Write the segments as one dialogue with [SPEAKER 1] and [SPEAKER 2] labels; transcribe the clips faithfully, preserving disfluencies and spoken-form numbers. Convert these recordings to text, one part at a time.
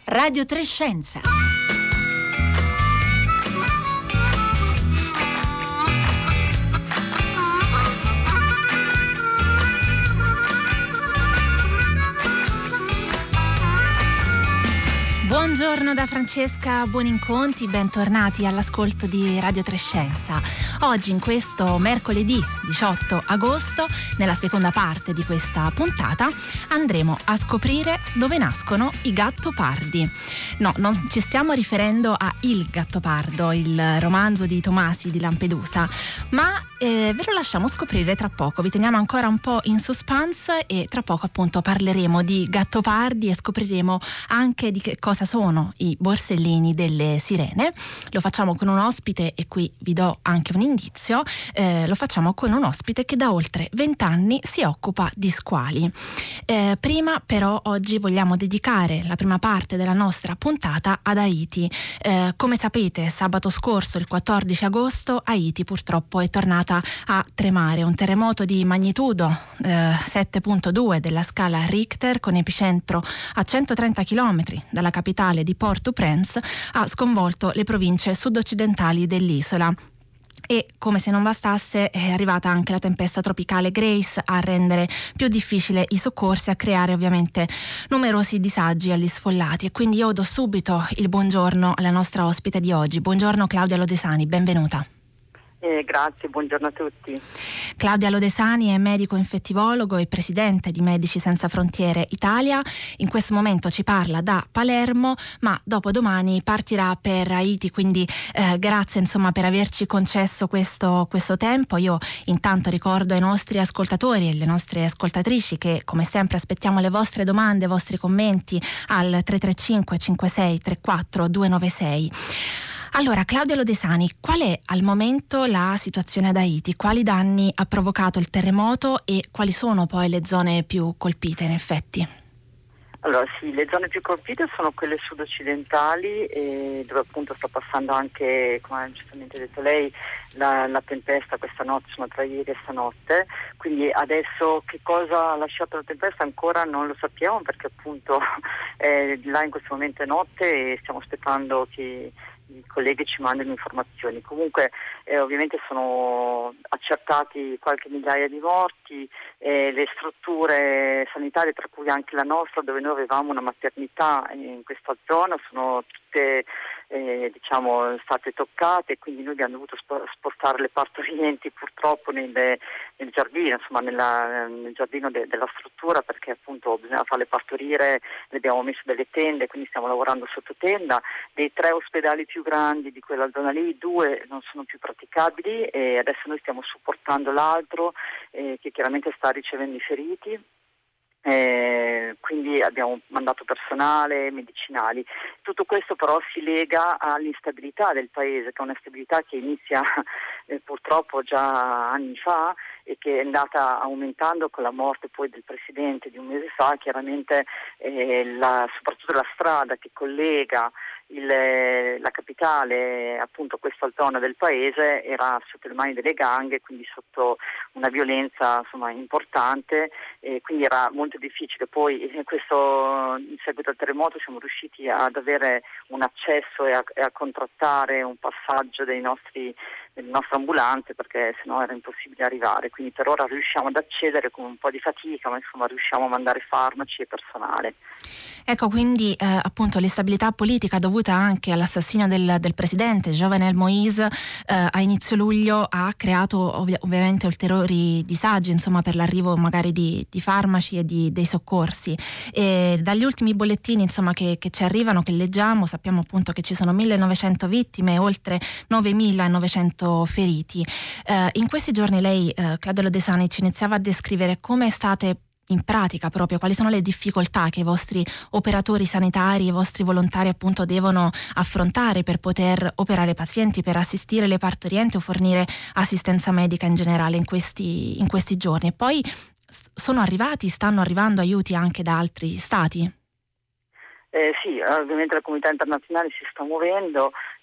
[SPEAKER 1] Radio tre Scienza.
[SPEAKER 2] Buongiorno da Francesca Buoninconti, bentornati all'ascolto di Radio tre Scienza. Oggi, in questo mercoledì diciotto agosto, nella seconda parte di questa puntata, andremo a scoprire dove nascono i gattopardi. No, non ci stiamo riferendo a Il Gattopardo, il romanzo di Tomasi di Lampedusa, ma eh, ve lo lasciamo scoprire tra poco. Vi teniamo ancora un po' in suspense e tra poco appunto parleremo di gattopardi e scopriremo anche di che cosa sono i borsellini delle sirene. Lo facciamo con un ospite, e qui vi do anche un indizio, eh, lo facciamo con un ospite che da oltre vent'anni si occupa di squali. Eh, prima però oggi vogliamo dedicare la prima parte della nostra puntata ad Haiti. Eh, come sapete, sabato scorso, il quattordici agosto, Haiti purtroppo è tornata a tremare. Un terremoto di magnitudo eh, sette virgola due della scala Richter, con epicentro a centotrenta chilometri dalla capitale di Port-au-Prince, ha sconvolto le province sud-occidentali dell'isola. E come se non bastasse, è arrivata anche la tempesta tropicale Grace a rendere più difficile i soccorsi, a creare ovviamente numerosi disagi agli sfollati. E quindi io do subito il buongiorno alla nostra ospite di oggi. Buongiorno Claudia Lodesani, benvenuta.
[SPEAKER 3] Eh, grazie, buongiorno a tutti.
[SPEAKER 2] Claudia Lodesani è medico infettivologo e presidente di Medici Senza Frontiere Italia. In questo momento ci parla da Palermo, ma dopodomani partirà per Haiti, quindi eh, grazie insomma per averci concesso questo, questo tempo. Io intanto ricordo ai nostri ascoltatori e alle nostre ascoltatrici che come sempre aspettiamo le vostre domande, i vostri commenti al tre tre cinque cinque sei tre quattro due nove sei. Allora, Claudia Lodesani, qual è al momento la situazione ad Haiti? Quali danni ha provocato il terremoto e quali sono poi le zone più colpite in effetti?
[SPEAKER 3] Allora sì, le zone più colpite sono quelle sud-occidentali, eh, dove appunto sta passando anche, come ha giustamente detto lei, la, la tempesta questa notte, insomma tra ieri e stanotte. Quindi adesso che cosa ha lasciato la tempesta ancora non lo sappiamo, perché appunto eh, là in questo momento è notte e stiamo aspettando che i colleghi ci mandano informazioni. Comunque eh, ovviamente sono accertati qualche migliaia di morti, eh, le strutture sanitarie, tra cui anche la nostra, dove noi avevamo una maternità in questa zona, sono tutte eh, diciamo state toccate, quindi noi abbiamo dovuto spostare le partorienti purtroppo nelle, nel giardino, insomma nella, nel giardino de, della struttura, perché appunto bisogna farle partorire, le abbiamo messo delle tende, quindi stiamo lavorando sotto tenda. Dei tre ospedali più grandi di quella zona lì, due non sono più praticabili e adesso noi stiamo supportando l'altro eh, che chiaramente sta ricevendo i feriti. Eh, quindi abbiamo mandato personale, medicinali. Tutto questo però si lega all'instabilità del paese, che è un'instabilità che inizia eh, purtroppo già anni fa e che è andata aumentando con la morte poi del presidente di un mese fa. Chiaramente eh, la, soprattutto la strada che collega il, la capitale, appunto questa zona del paese, era sotto le mani delle gang, quindi sotto una violenza insomma importante, e quindi era molto difficile. Poi in questo, in seguito al terremoto siamo riusciti ad avere un accesso e a, e a contrattare un passaggio dei nostri delle nostre ambulanze, perché sennò era impossibile arrivare. Quindi per ora riusciamo ad accedere con un po' di fatica, ma insomma riusciamo a mandare farmaci e personale.
[SPEAKER 2] Ecco, quindi eh, appunto l'instabilità politica dovuta anche all'assassinio del, del presidente Jovenel Moïse eh, a inizio luglio ha creato ovvi- ovviamente ulteriori disagi, insomma, per l'arrivo magari di, di farmaci e di, dei soccorsi. E dagli ultimi bollettini insomma che, che ci arrivano, che leggiamo, sappiamo appunto che ci sono millenovecento vittime e oltre novemilanovecento feriti. Eh, in questi giorni lei, eh, Claudia Lodesani, ci iniziava a descrivere come state in pratica proprio, quali sono le difficoltà che i vostri operatori sanitari, i vostri volontari appunto devono affrontare per poter operare pazienti, per assistire le partorienti o fornire assistenza medica in generale in questi, in questi giorni. E poi sono arrivati, stanno arrivando aiuti anche da altri stati?
[SPEAKER 3] Eh, sì, ovviamente la comunità internazionale si sta muovendo,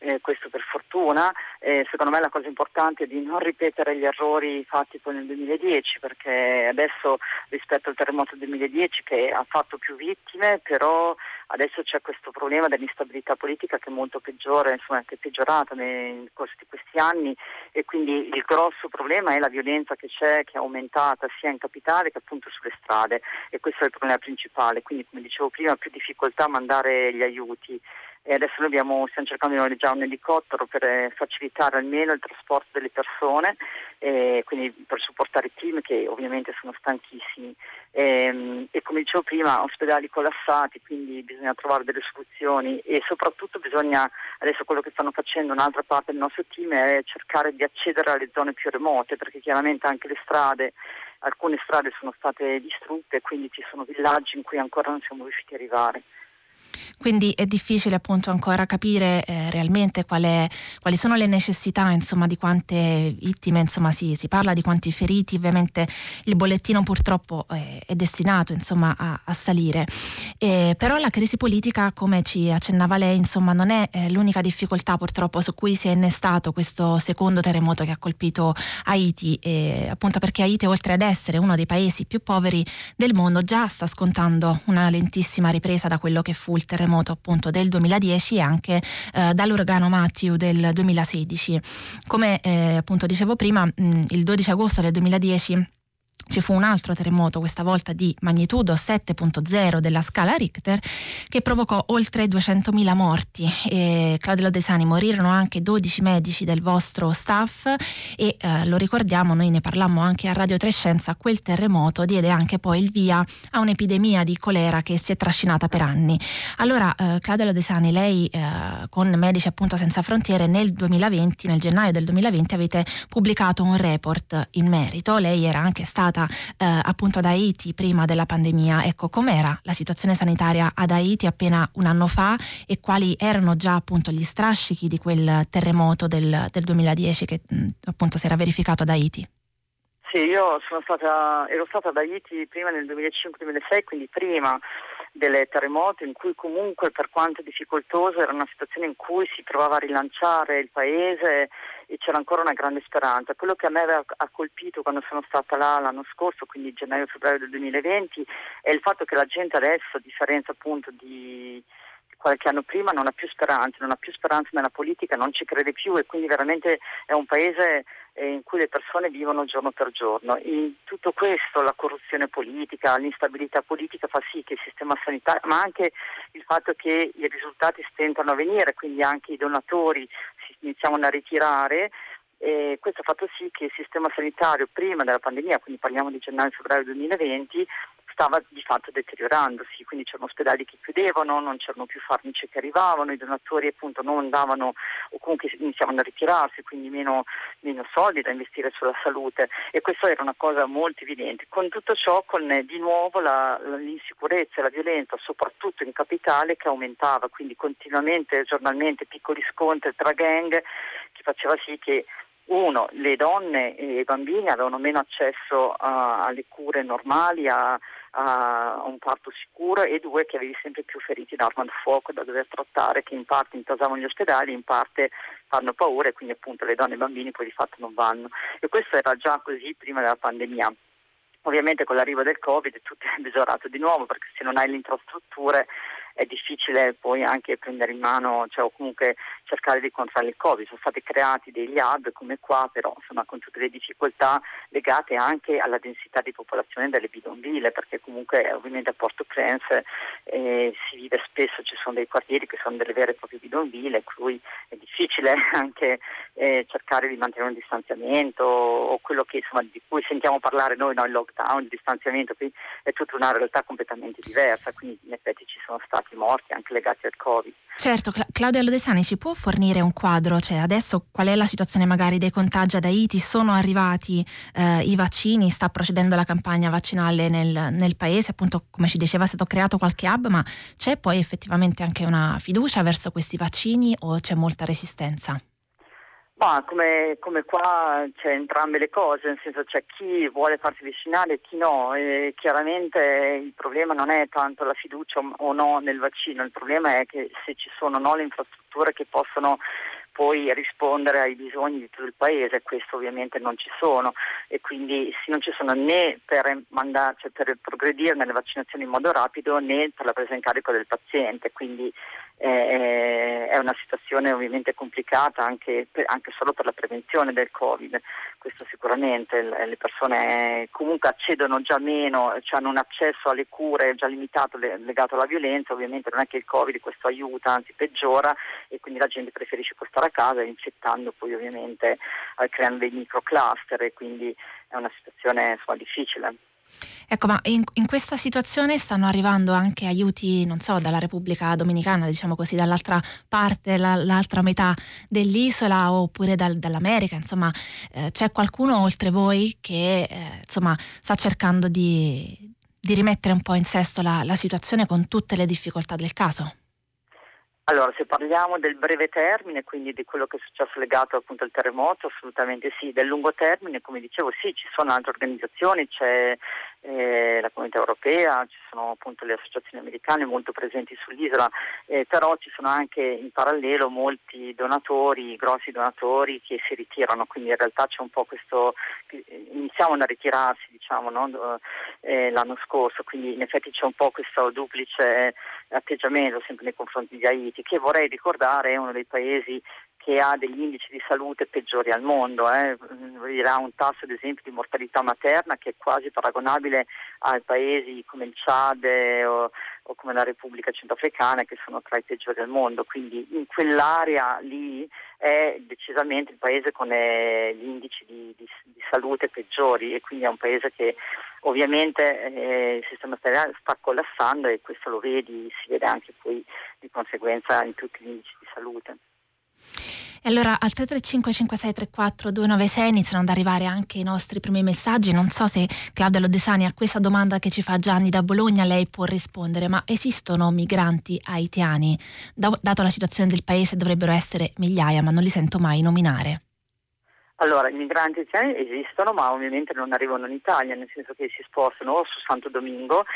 [SPEAKER 3] eh, questo per fortuna. Eh, secondo me la cosa importante è di non ripetere gli errori fatti poi nel duemiladieci, perché adesso rispetto al terremoto del duemiladieci che ha fatto più vittime, però adesso c'è questo problema dell'instabilità politica che è molto peggiore, insomma che è peggiorata nel corso di questi anni, e quindi il grosso problema è la violenza che c'è, che è aumentata sia in capitale che appunto sulle strade, e questo è il problema principale. Quindi, come dicevo prima, più difficoltà a mandare gli aiuti. E adesso noi abbiamo, stiamo cercando di noleggiare un elicottero per eh, facilitare almeno il trasporto delle persone, eh, quindi per supportare i team che ovviamente sono stanchissimi. E, e come dicevo prima, ospedali collassati, quindi bisogna trovare delle soluzioni, e soprattutto bisogna, adesso quello che stanno facendo un'altra parte del nostro team è cercare di accedere alle zone più remote, perché chiaramente anche le strade, alcune strade sono state distrutte, quindi ci sono villaggi in cui ancora non siamo riusciti a arrivare.
[SPEAKER 2] Quindi è difficile appunto ancora capire eh, realmente qual è, quali sono le necessità, insomma, di quante vittime, insomma, si, si parla di quanti feriti. Ovviamente il bollettino purtroppo eh, è destinato, insomma, a, a salire. Eh, però la crisi politica, come ci accennava lei, insomma, non è eh, l'unica difficoltà purtroppo su cui si è innestato questo secondo terremoto che ha colpito Haiti, eh, appunto perché Haiti, oltre ad essere uno dei paesi più poveri del mondo, già sta scontando una lentissima ripresa da quello che fu il terremoto appunto del duemiladieci e anche eh, dall'uragano Matthew del duemilasedici. Come eh, appunto dicevo prima, mh, il dodici agosto del duemiladieci ci fu un altro terremoto, questa volta di magnitudo sette punto zero della scala Richter, che provocò oltre duecentomila morti. E, Claudia Lodesani, morirono anche dodici medici del vostro staff e eh, lo ricordiamo, noi ne parlammo anche a Radio Trescenza, quel terremoto diede anche poi il via a un'epidemia di colera che si è trascinata per anni. Allora eh, Claudia Lodesani, lei eh, con Medici appunto Senza Frontiere nel duemilaventi, nel gennaio del duemilaventi, avete pubblicato un report in merito. Lei era anche stata Eh, appunto ad Haiti prima della pandemia. Ecco, com'era la situazione sanitaria ad Haiti appena un anno fa e quali erano già appunto gli strascichi di quel terremoto del, del duemiladieci che mh, appunto si era verificato ad Haiti?
[SPEAKER 3] Sì, io sono stata, ero stata ad Haiti prima nel duemilacinque duemilasei, quindi prima del terremoto, in cui comunque, per quanto difficoltoso, era una situazione in cui si provava a rilanciare il paese e c'era ancora una grande speranza. Quello che a me aveva ha colpito quando sono stata là l'anno scorso, quindi gennaio-febbraio del duemilaventi, è il fatto che la gente adesso, a differenza appunto di qualche anno prima, non ha più speranza, non ha più speranza nella politica, non ci crede più, e quindi veramente è un paese in cui le persone vivono giorno per giorno. In tutto questo la corruzione politica, l'instabilità politica fa sì che il sistema sanitario, ma anche il fatto che i risultati stentano a venire, quindi anche i donatori si iniziano a ritirare, e questo ha fatto sì che il sistema sanitario prima della pandemia, quindi parliamo di gennaio-febbraio duemilaventi, stava di fatto deteriorandosi, quindi c'erano ospedali che chiudevano, non c'erano più farmaci che arrivavano, i donatori appunto non andavano o comunque iniziavano a ritirarsi, quindi meno, meno soldi da investire sulla salute, e questa era una cosa molto evidente. Con tutto ciò, con eh, di nuovo la, l'insicurezza e la violenza, soprattutto in capitale, che aumentava, quindi continuamente, giornalmente, piccoli scontri tra gang, che faceva sì che uno, le donne e i bambini avevano meno accesso a, alle cure normali, a, a un parto sicuro, e due, che avevi sempre più feriti d'arma da fuoco da dover trattare, che in parte intasavano gli ospedali, in parte fanno paura, e quindi appunto le donne e i bambini poi di fatto non vanno. E questo era già così prima della pandemia. Ovviamente con l'arrivo del Covid tutto è peggiorato di nuovo, perché se non hai le infrastrutture è difficile poi anche prendere in mano, cioè, o comunque cercare di controllare il Covid. Sono stati creati degli hub come qua, però insomma con tutte le difficoltà legate anche alla densità di popolazione delle bidonville, perché comunque ovviamente a Port-au-Prince eh, si vive spesso, ci sono dei quartieri che sono delle vere e proprie bidonville, in cui è difficile anche eh, cercare di mantenere un distanziamento, o quello che insomma di cui sentiamo parlare noi, no, il lockdown, il distanziamento, qui è tutta una realtà completamente diversa, quindi in effetti ci sono stati morti anche legati al Covid.
[SPEAKER 2] Certo, Cla- Claudia Lodesani, ci può fornire un quadro? Cioè adesso qual è la situazione magari dei contagi ad Haiti? Sono arrivati eh, i vaccini? Sta procedendo la campagna vaccinale nel, nel paese? Appunto, come ci diceva, è stato creato qualche hub, ma c'è poi effettivamente anche una fiducia verso questi vaccini o c'è molta resistenza?
[SPEAKER 3] Ma come, come qua c'è entrambe le cose, nel senso c'è chi vuole farsi vaccinare e chi no, e chiaramente il problema non è tanto la fiducia o no nel vaccino, il problema è che se ci sono no, le infrastrutture che possono poi rispondere ai bisogni di tutto il paese. Questo ovviamente non ci sono, e quindi sì, non ci sono né per mandare, cioè per progredire nelle vaccinazioni in modo rapido, né per la presa in carico del paziente, quindi eh, è una situazione ovviamente complicata anche, per, anche solo per la prevenzione del Covid. Questo sicuramente, le persone comunque accedono già meno, cioè hanno un accesso alle cure già limitato legato alla violenza. Ovviamente non è che il Covid questo aiuta, anzi peggiora, e quindi la gente preferisce stare a casa, infettando poi ovviamente, eh, creando dei microcluster, e quindi è una situazione insomma difficile.
[SPEAKER 2] Ecco, ma in, in questa situazione stanno arrivando anche aiuti, non so, dalla Repubblica Dominicana, diciamo così, dall'altra parte, la, l'altra metà dell'isola, oppure dal, dall'America, insomma, eh, c'è qualcuno oltre voi che eh, insomma sta cercando di, di rimettere un po' in sesto la, la situazione con tutte le difficoltà del caso?
[SPEAKER 3] Allora, se parliamo del breve termine, quindi di quello che è successo legato appunto al terremoto, assolutamente sì. Del lungo termine, come dicevo, sì, ci sono altre organizzazioni, c'è eh, la Comunità Europea, ci sono appunto le associazioni americane molto presenti sull'isola, eh, però ci sono anche in parallelo molti donatori, grossi donatori che si ritirano, quindi in realtà c'è un po' questo, iniziamo a ritirarsi, diciamo, no? eh, l'anno scorso, quindi in effetti c'è un po' questo duplice atteggiamento sempre nei confronti di Haiti, che vorrei ricordare è uno dei paesi che ha degli indici di salute peggiori al mondo, eh. Ha un tasso ad esempio di mortalità materna che è quasi paragonabile a paesi come il Chad o, o come la Repubblica Centrafricana, che sono tra i peggiori al mondo. Quindi in quell'area lì è decisamente il paese con eh, gli indici di, di, di salute peggiori, e quindi è un paese che ovviamente eh, il sistema sanitario sta collassando, e questo lo vedi, si vede anche poi di conseguenza in tutti gli indici di salute.
[SPEAKER 2] E allora al tre tre cinque cinque sei tre quattro due nove sei iniziano ad arrivare anche i nostri primi messaggi. Non so se Claudia Lodesani a questa domanda che ci fa Gianni da Bologna lei può rispondere, ma esistono migranti haitiani? Da, dato la situazione del paese dovrebbero essere migliaia, ma non li sento mai nominare.
[SPEAKER 3] Allora, i migranti haitiani esistono, ma ovviamente non arrivano in Italia, nel senso che si spostano su Santo Domingo,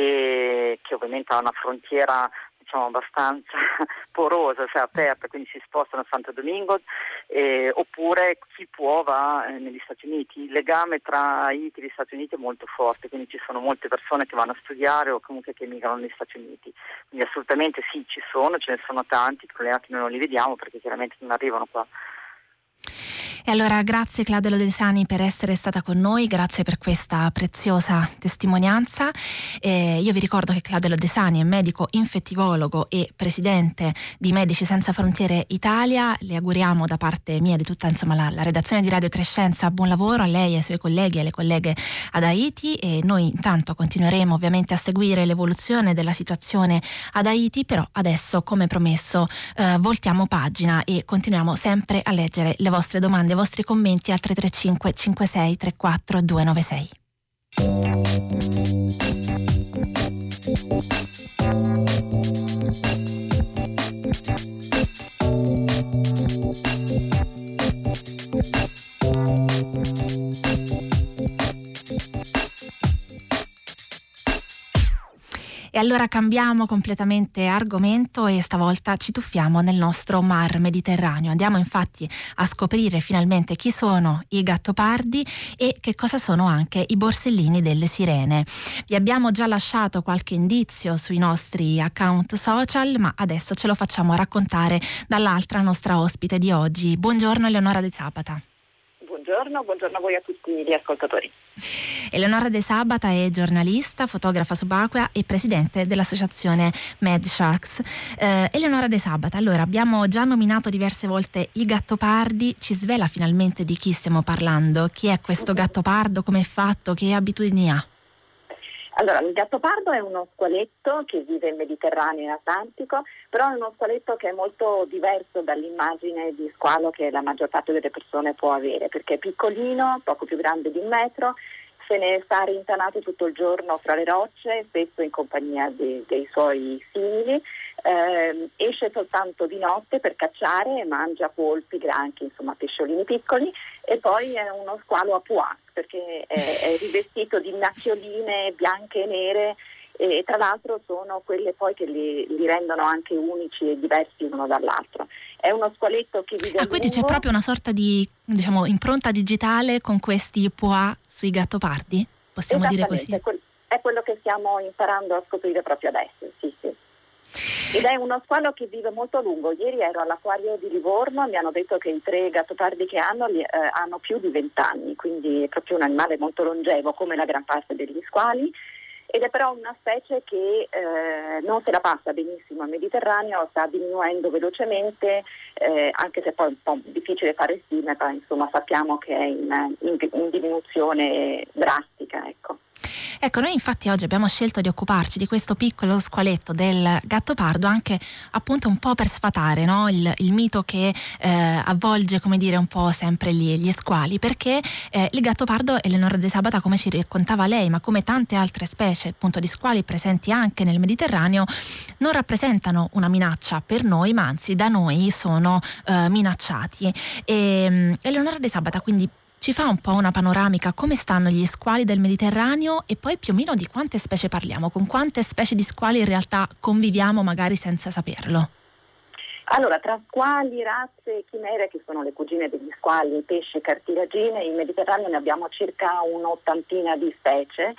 [SPEAKER 3] e che ovviamente ha una frontiera, diciamo, abbastanza porosa, cioè aperta, quindi si spostano a Santo Domingo, eh, oppure chi può va eh, negli Stati Uniti. Il legame tra Haiti e gli Stati Uniti è molto forte, quindi ci sono molte persone che vanno a studiare o comunque che emigrano negli Stati Uniti. Quindi assolutamente sì, ci sono, ce ne sono tanti, il problema è che noi non li vediamo perché chiaramente non arrivano qua.
[SPEAKER 2] E allora grazie Claudia Lodesani per essere stata con noi, grazie per questa preziosa testimonianza. Eh, io vi ricordo che Claudia Lodesani è medico infettivologo e presidente di Medici Senza Frontiere Italia. Le auguriamo da parte mia e di tutta insomma la, la redazione di Radio Trescenza buon lavoro a lei, ai suoi colleghi e alle colleghe ad Haiti, e noi intanto continueremo ovviamente a seguire l'evoluzione della situazione ad Haiti, però adesso come promesso eh, voltiamo pagina e continuiamo sempre a leggere le vostre domande, i vostri commenti al tre tre cinque cinque sei tre quattro due nove sei. E allora cambiamo completamente argomento e stavolta ci tuffiamo nel nostro mar Mediterraneo. Andiamo infatti a scoprire finalmente chi sono i gattopardi e che cosa sono anche i borsellini delle sirene. Vi abbiamo già lasciato qualche indizio sui nostri account social, ma adesso ce lo facciamo raccontare dall'altra nostra ospite di oggi. Buongiorno Eleonora De Sabata.
[SPEAKER 1] Buongiorno, buongiorno a voi, a tutti gli ascoltatori.
[SPEAKER 2] Eleonora De Sabata è giornalista, fotografa subacquea e presidente dell'associazione Mad Sharks. Eh, Eleonora De Sabata, allora abbiamo già nominato diverse volte i gattopardi, ci svela finalmente di chi stiamo parlando? Chi è questo gattopardo, come è fatto, che abitudini ha?
[SPEAKER 1] Allora, il gattopardo è uno squaletto che vive in Mediterraneo e Atlantico, però è uno squaletto che è molto diverso dall'immagine di squalo che la maggior parte delle persone può avere, perché è piccolino, poco più grande di un metro, se ne sta rintanato tutto il giorno fra le rocce, spesso in compagnia de- dei suoi simili, eh, esce soltanto di notte per cacciare, mangia polpi, granchi, insomma pesciolini piccoli, e poi è uno squalo a pois, perché è, è rivestito di macchioline bianche e nere e tra l'altro sono quelle poi che li, li rendono anche unici e diversi uno dall'altro. È uno squaletto che vive
[SPEAKER 2] Ah,
[SPEAKER 1] a
[SPEAKER 2] quindi
[SPEAKER 1] lungo.
[SPEAKER 2] c'è proprio una sorta di, diciamo, impronta digitale con questi pois sui gattopardi? Possiamo dire così?
[SPEAKER 1] Esattamente, quel- è quello che stiamo imparando a scoprire proprio adesso, sì, sì. Ed è uno squalo che vive molto a lungo. Ieri ero all'acquario di Livorno e mi hanno detto che i tre gattopardi che hanno li, eh, hanno più di vent'anni, quindi è proprio un animale molto longevo come la gran parte degli squali, ed è però una specie che eh, non se la passa benissimo al Mediterraneo, sta diminuendo velocemente, eh, anche se poi è un po' difficile fare stime, ma insomma sappiamo che è in, in, in diminuzione drastica, ecco.
[SPEAKER 2] Ecco, noi infatti oggi abbiamo scelto di occuparci di questo piccolo squaletto del gattopardo anche appunto un po' per sfatare, no? il, il mito che eh, avvolge, come dire, un po' sempre gli, gli squali, perché eh, il gattopardo, Eleonora De Sabata, come ci raccontava lei, ma come tante altre specie appunto di squali presenti anche nel Mediterraneo, non rappresentano una minaccia per noi, ma anzi da noi sono eh, minacciati. E Eleonora De Sabata quindi ci fa un po' una panoramica come stanno gli squali del Mediterraneo e poi più o meno di quante specie parliamo, con quante specie di squali in realtà conviviamo magari senza saperlo.
[SPEAKER 1] Allora, tra squali, razze e chimere, che sono le cugine degli squali, pesci e cartilagine, in Mediterraneo ne abbiamo circa un'ottantina di specie,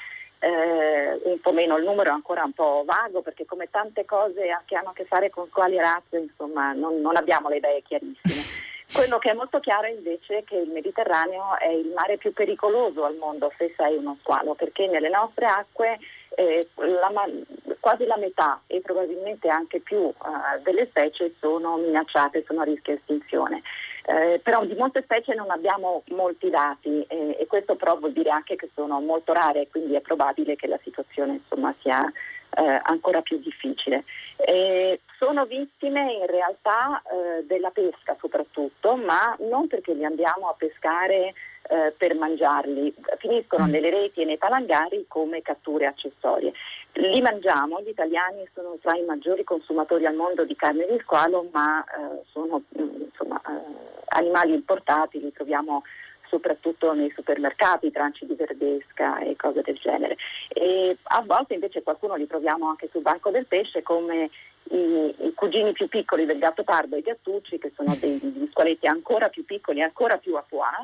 [SPEAKER 1] eh, un po' meno, il numero è ancora un po' vago perché come tante cose che hanno a che fare con squali e razze, insomma, non, non abbiamo le idee chiarissime. Quello che è molto chiaro invece è che il Mediterraneo è il mare più pericoloso al mondo se sei uno squalo, perché nelle nostre acque eh, la, quasi la metà e probabilmente anche più uh, delle specie sono minacciate, sono a rischio estinzione. Eh, però di molte specie non abbiamo molti dati eh, e questo però vuol dire anche che sono molto rare, quindi è probabile che la situazione insomma sia Eh, ancora più difficile. Eh, sono vittime in realtà eh, della pesca soprattutto, ma non perché li andiamo a pescare eh, per mangiarli, finiscono nelle reti e nei palangari come catture accessorie. Li mangiamo, gli italiani sono tra i maggiori consumatori al mondo di carne di squalo, ma eh, sono insomma eh, animali importati, li troviamo soprattutto nei supermercati, tranci di verdesca e cose del genere. E a volte invece qualcuno li troviamo anche sul banco del pesce come i, i cugini più piccoli del gattopardo e i gattucci, che sono degli squaletti ancora più piccoli, ancora più a pois,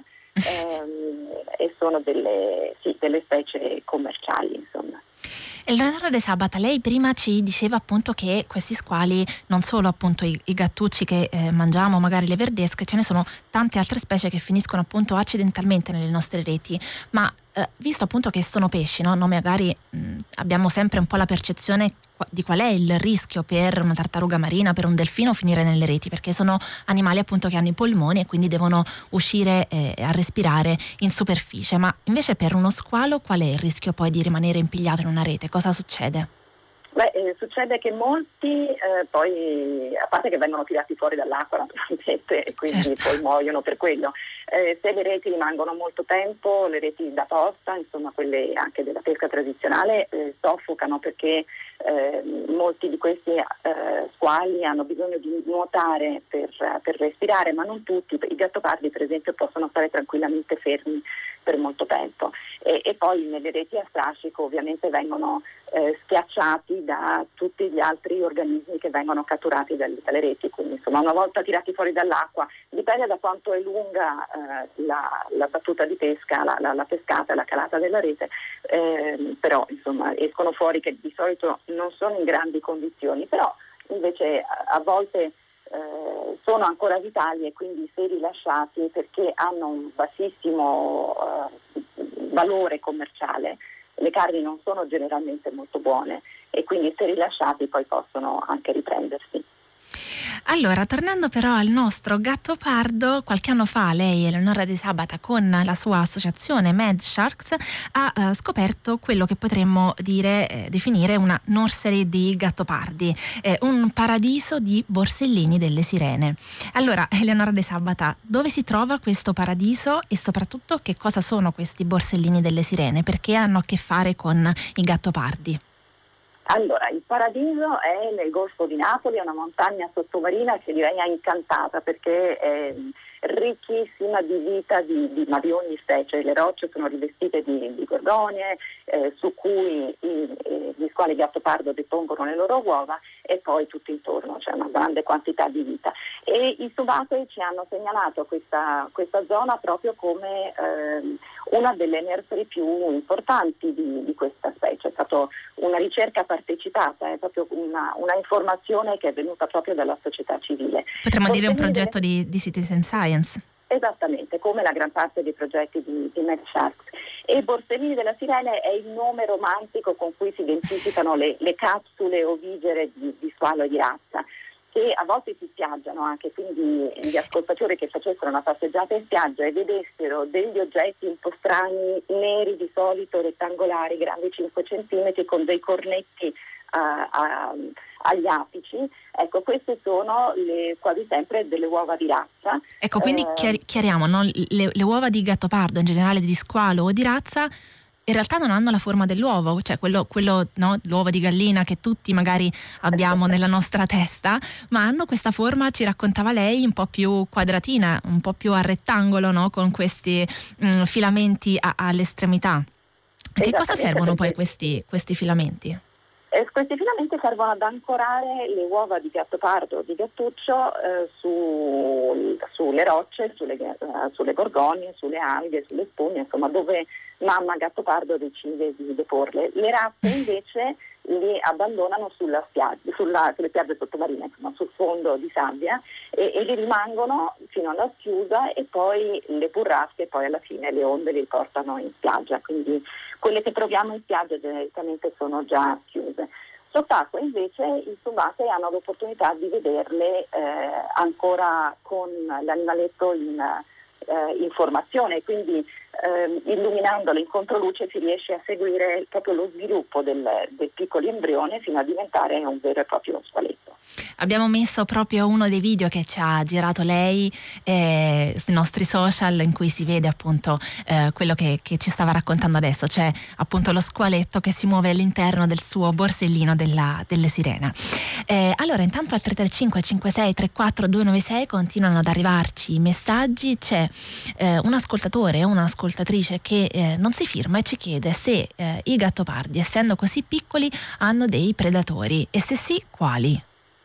[SPEAKER 1] ehm, e sono delle, sì, delle specie commerciali, insomma.
[SPEAKER 2] Eleonora De Sabata, lei prima ci diceva appunto che questi squali, non solo appunto i, i gattucci che eh, mangiamo, magari le verdesche, ce ne sono tante altre specie che finiscono appunto accidentalmente nelle nostre reti, ma eh, visto appunto che sono pesci, no? Noi magari mh, abbiamo sempre un po' la percezione di qual è il rischio per una tartaruga marina, per un delfino finire nelle reti, perché sono animali appunto che hanno i polmoni e quindi devono uscire eh, a respirare in superficie, ma invece per uno squalo qual è il rischio poi di rimanere impigliato in una rete? Cosa succede?
[SPEAKER 1] Beh, eh, succede che molti eh, poi, a parte che vengono tirati fuori dall'acqua naturalmente e quindi
[SPEAKER 2] certo.
[SPEAKER 1] poi muoiono per quello, eh, se le reti rimangono molto tempo, le reti da posta, insomma quelle anche della pesca tradizionale, eh, soffocano perché eh, molti di questi eh, squali hanno bisogno di nuotare per, per respirare, ma non tutti. I gattopardi per esempio possono stare tranquillamente fermi per molto tempo e, e poi nelle reti a strascico ovviamente vengono eh, schiacciati da tutti gli altri organismi che vengono catturati dal, dalle reti, quindi insomma una volta tirati fuori dall'acqua, dipende da quanto è lunga eh, la, la battuta di pesca, la, la, la pescata, la calata della rete, eh, però insomma escono fuori che di solito non sono in grandi condizioni, però invece a, a volte Eh, sono ancora vitali e quindi se rilasciati perché hanno un bassissimo eh, valore commerciale, le carni non sono generalmente molto buone e quindi se rilasciati poi possono anche riprendersi.
[SPEAKER 2] Allora, tornando però al nostro gattopardo, qualche anno fa lei, Eleonora De Sabata, con la sua associazione Mad Sharks ha eh, scoperto quello che potremmo dire, eh, definire una nursery di gattopardi, eh, un paradiso di borsellini delle sirene. Allora, Eleonora De Sabata, dove si trova questo paradiso e soprattutto che cosa sono questi borsellini delle sirene? Perché hanno a che fare con i gattopardi?
[SPEAKER 1] Allora, il paradiso è nel Golfo di Napoli, è una montagna sottomarina che direi è incantata perché è, ricchissima di vita di, di, ma di ogni specie. Le rocce sono rivestite di, di gorgonie eh, su cui i, gli squali gattopardo depongono le loro uova, e poi tutto intorno c'è una grande quantità di vita. E i subacquei ci hanno segnalato questa, questa zona proprio come ehm, una delle nursery più importanti di, di questa specie. È stata una ricerca partecipata, è proprio una, una informazione che è venuta proprio dalla società civile.
[SPEAKER 2] Potremmo dire un progetto delle... di, di Citizen Science.
[SPEAKER 1] Esattamente, come la gran parte dei progetti di, di Mad Sharks. E Borsellini della Sirene è il nome romantico con cui si identificano le, le capsule ovigere di, di squalo e di razza, che a volte si spiaggiano anche, quindi gli ascoltatori che facessero una passeggiata in spiaggia e vedessero degli oggetti un po' strani, neri di solito, rettangolari, grandi cinque centimetri, con dei cornetti a, a, agli apici, ecco, queste sono le, quasi sempre delle uova di razza.
[SPEAKER 2] Ecco, quindi eh, chiariamo, no? le, le uova di gattopardo, in generale di squalo o di razza, in realtà non hanno la forma dell'uovo, cioè quello, quello no, l'uovo di gallina che tutti magari abbiamo nella nostra testa, ma hanno questa forma, ci raccontava lei, un po' più quadratina, un po' più a rettangolo, no? Con questi mh, filamenti a, all'estremità. Che cosa servono poi questi, questi filamenti?
[SPEAKER 1] E questi filamenti servono ad ancorare le uova di gattopardo o di gattuccio eh, su, sulle rocce, sulle, uh, sulle gorgonie, sulle alghe, sulle spugne, insomma dove mamma gattopardo decide di deporle. Le razze invece li abbandonano sulla spiaggia, sulla, sulle spiagge sottomarine, insomma sul fondo di sabbia, e, e li rimangono fino alla schiusa, e poi le burrasche e poi alla fine le onde li portano in spiaggia, quindi quelle che troviamo in spiaggia genericamente sono già chiuse. Sott'acqua invece i subacquei hanno l'opportunità di vederle eh, ancora con l'animaletto in, eh, in formazione, quindi eh, illuminandolo in controluce si riesce a seguire proprio lo sviluppo del, del piccolo embrione fino a diventare un vero e proprio squaletto.
[SPEAKER 2] Abbiamo messo proprio uno dei video che ci ha girato lei eh, sui nostri social, in cui si vede appunto eh, quello che, che ci stava raccontando adesso, cioè appunto lo squaletto che si muove all'interno del suo borsellino della, delle sirene. Eh, allora intanto al tre tre cinque cinque sei tre quattro due nove sei continuano ad arrivarci messaggi. C'è eh, un ascoltatore o un'ascoltatrice che eh, non si firma e ci chiede se eh, i gattopardi, essendo così piccoli, hanno dei predatori, e se sì, quali?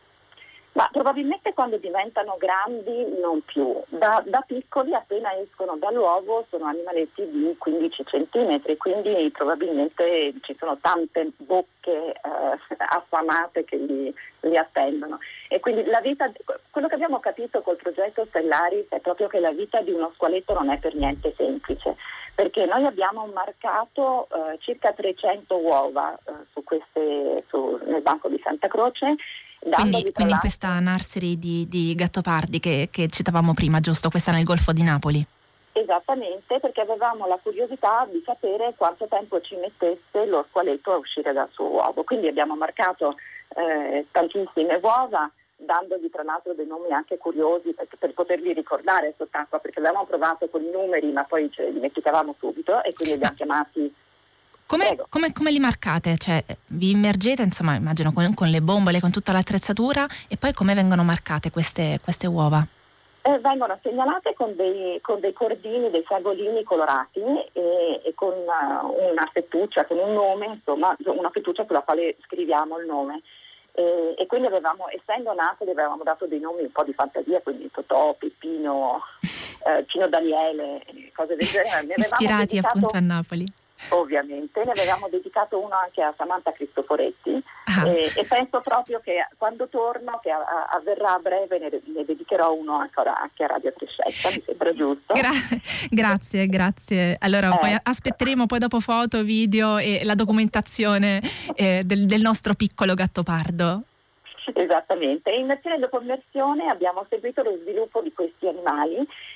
[SPEAKER 1] Ma probabilmente quando diventano grandi non più. Da, da piccoli, appena escono dall'uovo, sono animaletti di quindici centimetri, quindi probabilmente ci sono tante bocche eh, affamate che li, li attendono. E quindi la vita, quello che abbiamo capito col progetto Stellaris è proprio che la vita di uno squaletto non è per niente semplice, perché noi abbiamo marcato eh, circa trecento uova eh, su queste, su, nel banco di Santa Croce.
[SPEAKER 2] Quindi, quindi in questa nursery di, di gattopardi che, che citavamo prima, giusto? Questa nel Golfo di Napoli.
[SPEAKER 1] Esattamente, perché avevamo la curiosità di sapere quanto tempo ci mettesse lo squaletto a uscire dal suo uovo. Quindi abbiamo marcato eh, tantissime uova, dandogli tra l'altro dei nomi anche curiosi per, per poterli ricordare sott'acqua, perché avevamo provato con i numeri ma poi ce li dimenticavamo subito, e quindi li abbiamo chiamati.
[SPEAKER 2] Come, come, come li marcate? Cioè, vi immergete, insomma, immagino con, con le bombole, con tutta l'attrezzatura, e poi come vengono marcate queste, queste uova?
[SPEAKER 1] Eh, vengono segnalate con dei, con dei cordini, dei sagolini colorati e, e con una, una fettuccia, con un nome, insomma, una fettuccia sulla quale scriviamo il nome. E, e quindi avevamo, essendo nate, le avevamo dato dei nomi un po' di fantasia, quindi Totò, Peppino, eh, Pino Daniele, cose del genere. Ne
[SPEAKER 2] ispirati
[SPEAKER 1] dedicato,
[SPEAKER 2] appunto a Napoli.
[SPEAKER 1] Ovviamente, ne avevamo dedicato uno anche a Samantha Cristoforetti, ah. e, e penso proprio che quando torno, che a, a, avverrà a breve, ne, ne dedicherò uno ancora anche a Radio Trescenza, mi sembra giusto.
[SPEAKER 2] Gra- grazie, grazie. Allora eh. poi aspetteremo poi dopo foto, video e la documentazione eh, del, del nostro piccolo gattopardo.
[SPEAKER 1] Esattamente, immersione dopo immersione abbiamo seguito lo sviluppo di questi animali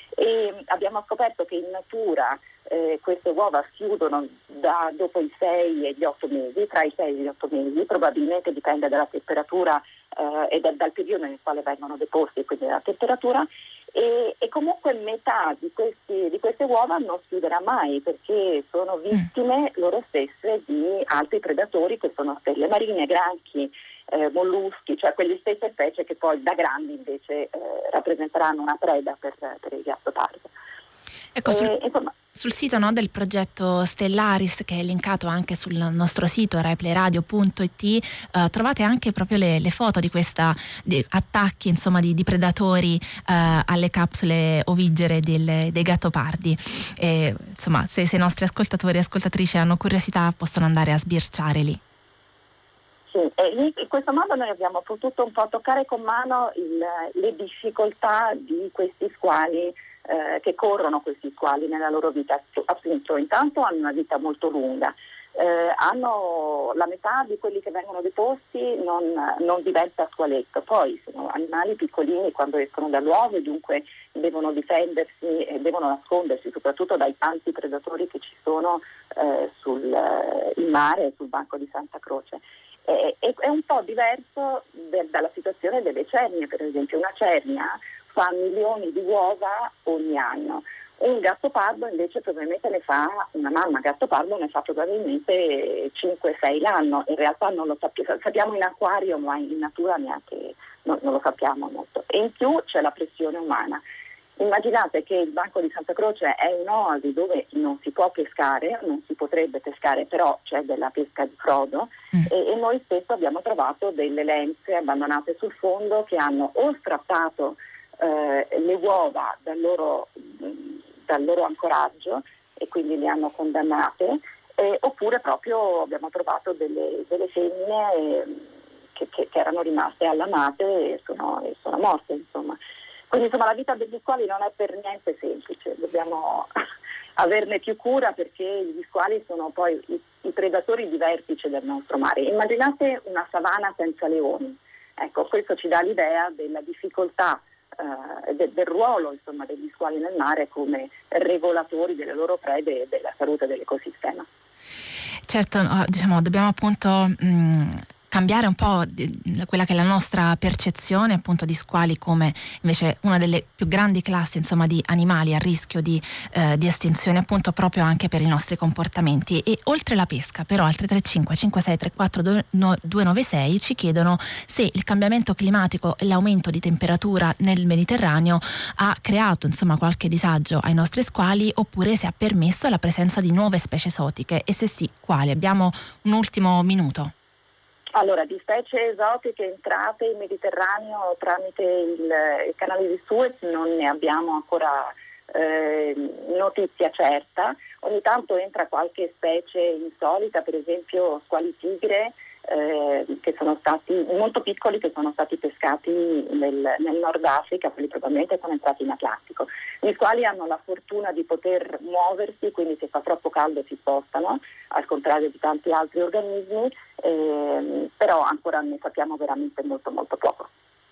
[SPEAKER 1] e abbiamo scoperto che in natura eh, queste uova chiudono da, dopo i sei e gli otto mesi, tra i sei e gli otto mesi, probabilmente dipende dalla temperatura eh, e da, dal periodo nel quale vengono deposti, quindi dalla temperatura, e, e comunque metà di, questi, di queste uova non si chiuderà mai, perché sono vittime loro stesse di altri predatori che sono stelle marine, granchi, eh, molluschi, cioè quelle stesse specie che poi da grandi invece eh, rappresenteranno una preda per, per il gattopardo.
[SPEAKER 2] Ecco, sul,
[SPEAKER 1] e, insomma,
[SPEAKER 2] sul sito, no, del progetto Stellaris, che è linkato anche sul nostro sito rai play radio punto it, eh, trovate anche proprio le, le foto di questa di attacchi, insomma, di, di predatori eh, alle capsule ovigere del, dei gattopardi. E, insomma, se, se i nostri ascoltatori e ascoltatrici hanno curiosità, possono andare a sbirciare lì.
[SPEAKER 1] Sì, e in questo modo noi abbiamo potuto un po' toccare con mano il, le difficoltà di questi squali, eh, che corrono questi squali nella loro vita. Appunto, intanto hanno una vita molto lunga, eh, hanno la metà di quelli che vengono deposti non, non diventa squaletto, poi sono animali piccolini quando escono dall'uovo e dunque devono difendersi e devono nascondersi soprattutto dai tanti predatori che ci sono eh, sul eh, in mare e sul banco di Santa Croce. E, è un po' diverso de, dalla situazione delle cernie, per esempio. Una cernia fa milioni di uova ogni anno, un gattopardo invece probabilmente ne fa, una mamma gattopardo ne fa probabilmente cinque sei l'anno. In realtà non lo sappiamo, sappiamo in acquario, ma in natura neanche non, non lo sappiamo molto. E in più c'è la pressione umana. Immaginate che il banco di Santa Croce è un'oasi dove non si può pescare, non si potrebbe pescare, però c'è della pesca di frodo mm. e, e noi spesso abbiamo trovato delle lenze abbandonate sul fondo che hanno o strappato eh, le uova dal loro, dal loro ancoraggio e quindi le hanno condannate, eh, oppure proprio abbiamo trovato delle, delle femmine eh, che, che, che erano rimaste allamate e sono, e sono morte, insomma. Quindi insomma la vita degli squali non è per niente semplice, dobbiamo averne più cura perché gli squali sono poi i, i predatori di vertice del nostro mare. Immaginate una savana senza leoni, ecco, questo ci dà l'idea della difficoltà eh, de, del ruolo, insomma, degli squali nel mare come regolatori delle loro prede e della salute dell'ecosistema.
[SPEAKER 2] Certo, diciamo, dobbiamo appunto mh, cambiare un po' quella che è la nostra percezione appunto di squali come invece una delle più grandi classi, insomma, di animali a rischio di, eh, di estinzione, appunto proprio anche per i nostri comportamenti. E oltre la pesca, però, al tre tre cinque cinque sei tre quattro due nove sei ci chiedono se il cambiamento climatico e l'aumento di temperatura nel Mediterraneo ha creato, insomma, qualche disagio ai nostri squali, oppure se ha permesso la presenza di nuove specie esotiche, e se sì, quali. Abbiamo un ultimo minuto.
[SPEAKER 1] Allora, di specie esotiche entrate in Mediterraneo tramite il, il canale di Suez non ne abbiamo ancora eh, notizia certa. Ogni tanto entra qualche specie insolita, per esempio squali tigre, eh, che sono stati molto piccoli, che sono stati pescati nel, nel Nord Africa, quelli probabilmente sono entrati in Atlantico. Gli squali hanno la fortuna di poter muoversi, quindi se fa troppo caldo si spostano, al contrario di tanti altri organismi, eh, però ancora ne sappiamo veramente molto molto poco.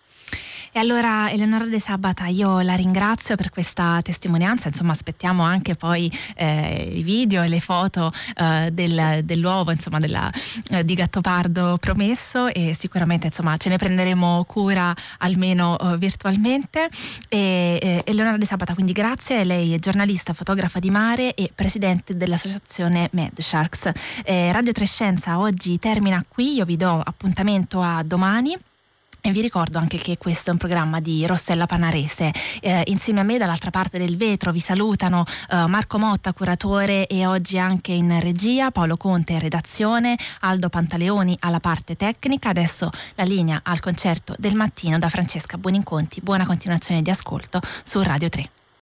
[SPEAKER 2] E allora, Eleonora De Sabata, io la ringrazio per questa testimonianza. Insomma, aspettiamo anche poi eh, i video e le foto eh, del, dell'uovo, insomma, della, eh, di gattopardo promesso, e sicuramente, insomma, ce ne prenderemo cura almeno eh, virtualmente. E, eh, Eleonora De Sabata, quindi grazie. Lei è giornalista, fotografa di mare e presidente dell'associazione MedSharks. Eh, Radio Trescenza oggi termina qui, io vi do appuntamento a domani. E vi ricordo anche che questo è un programma di Rossella Panarese. Eh, insieme a me dall'altra parte del vetro vi salutano eh, Marco Motta, curatore, e oggi anche in regia, Paolo Conte in redazione, Aldo Pantaleoni alla parte tecnica. Adesso la linea al concerto del mattino da Francesca Buoninconti. Buona continuazione di ascolto su Radio tre.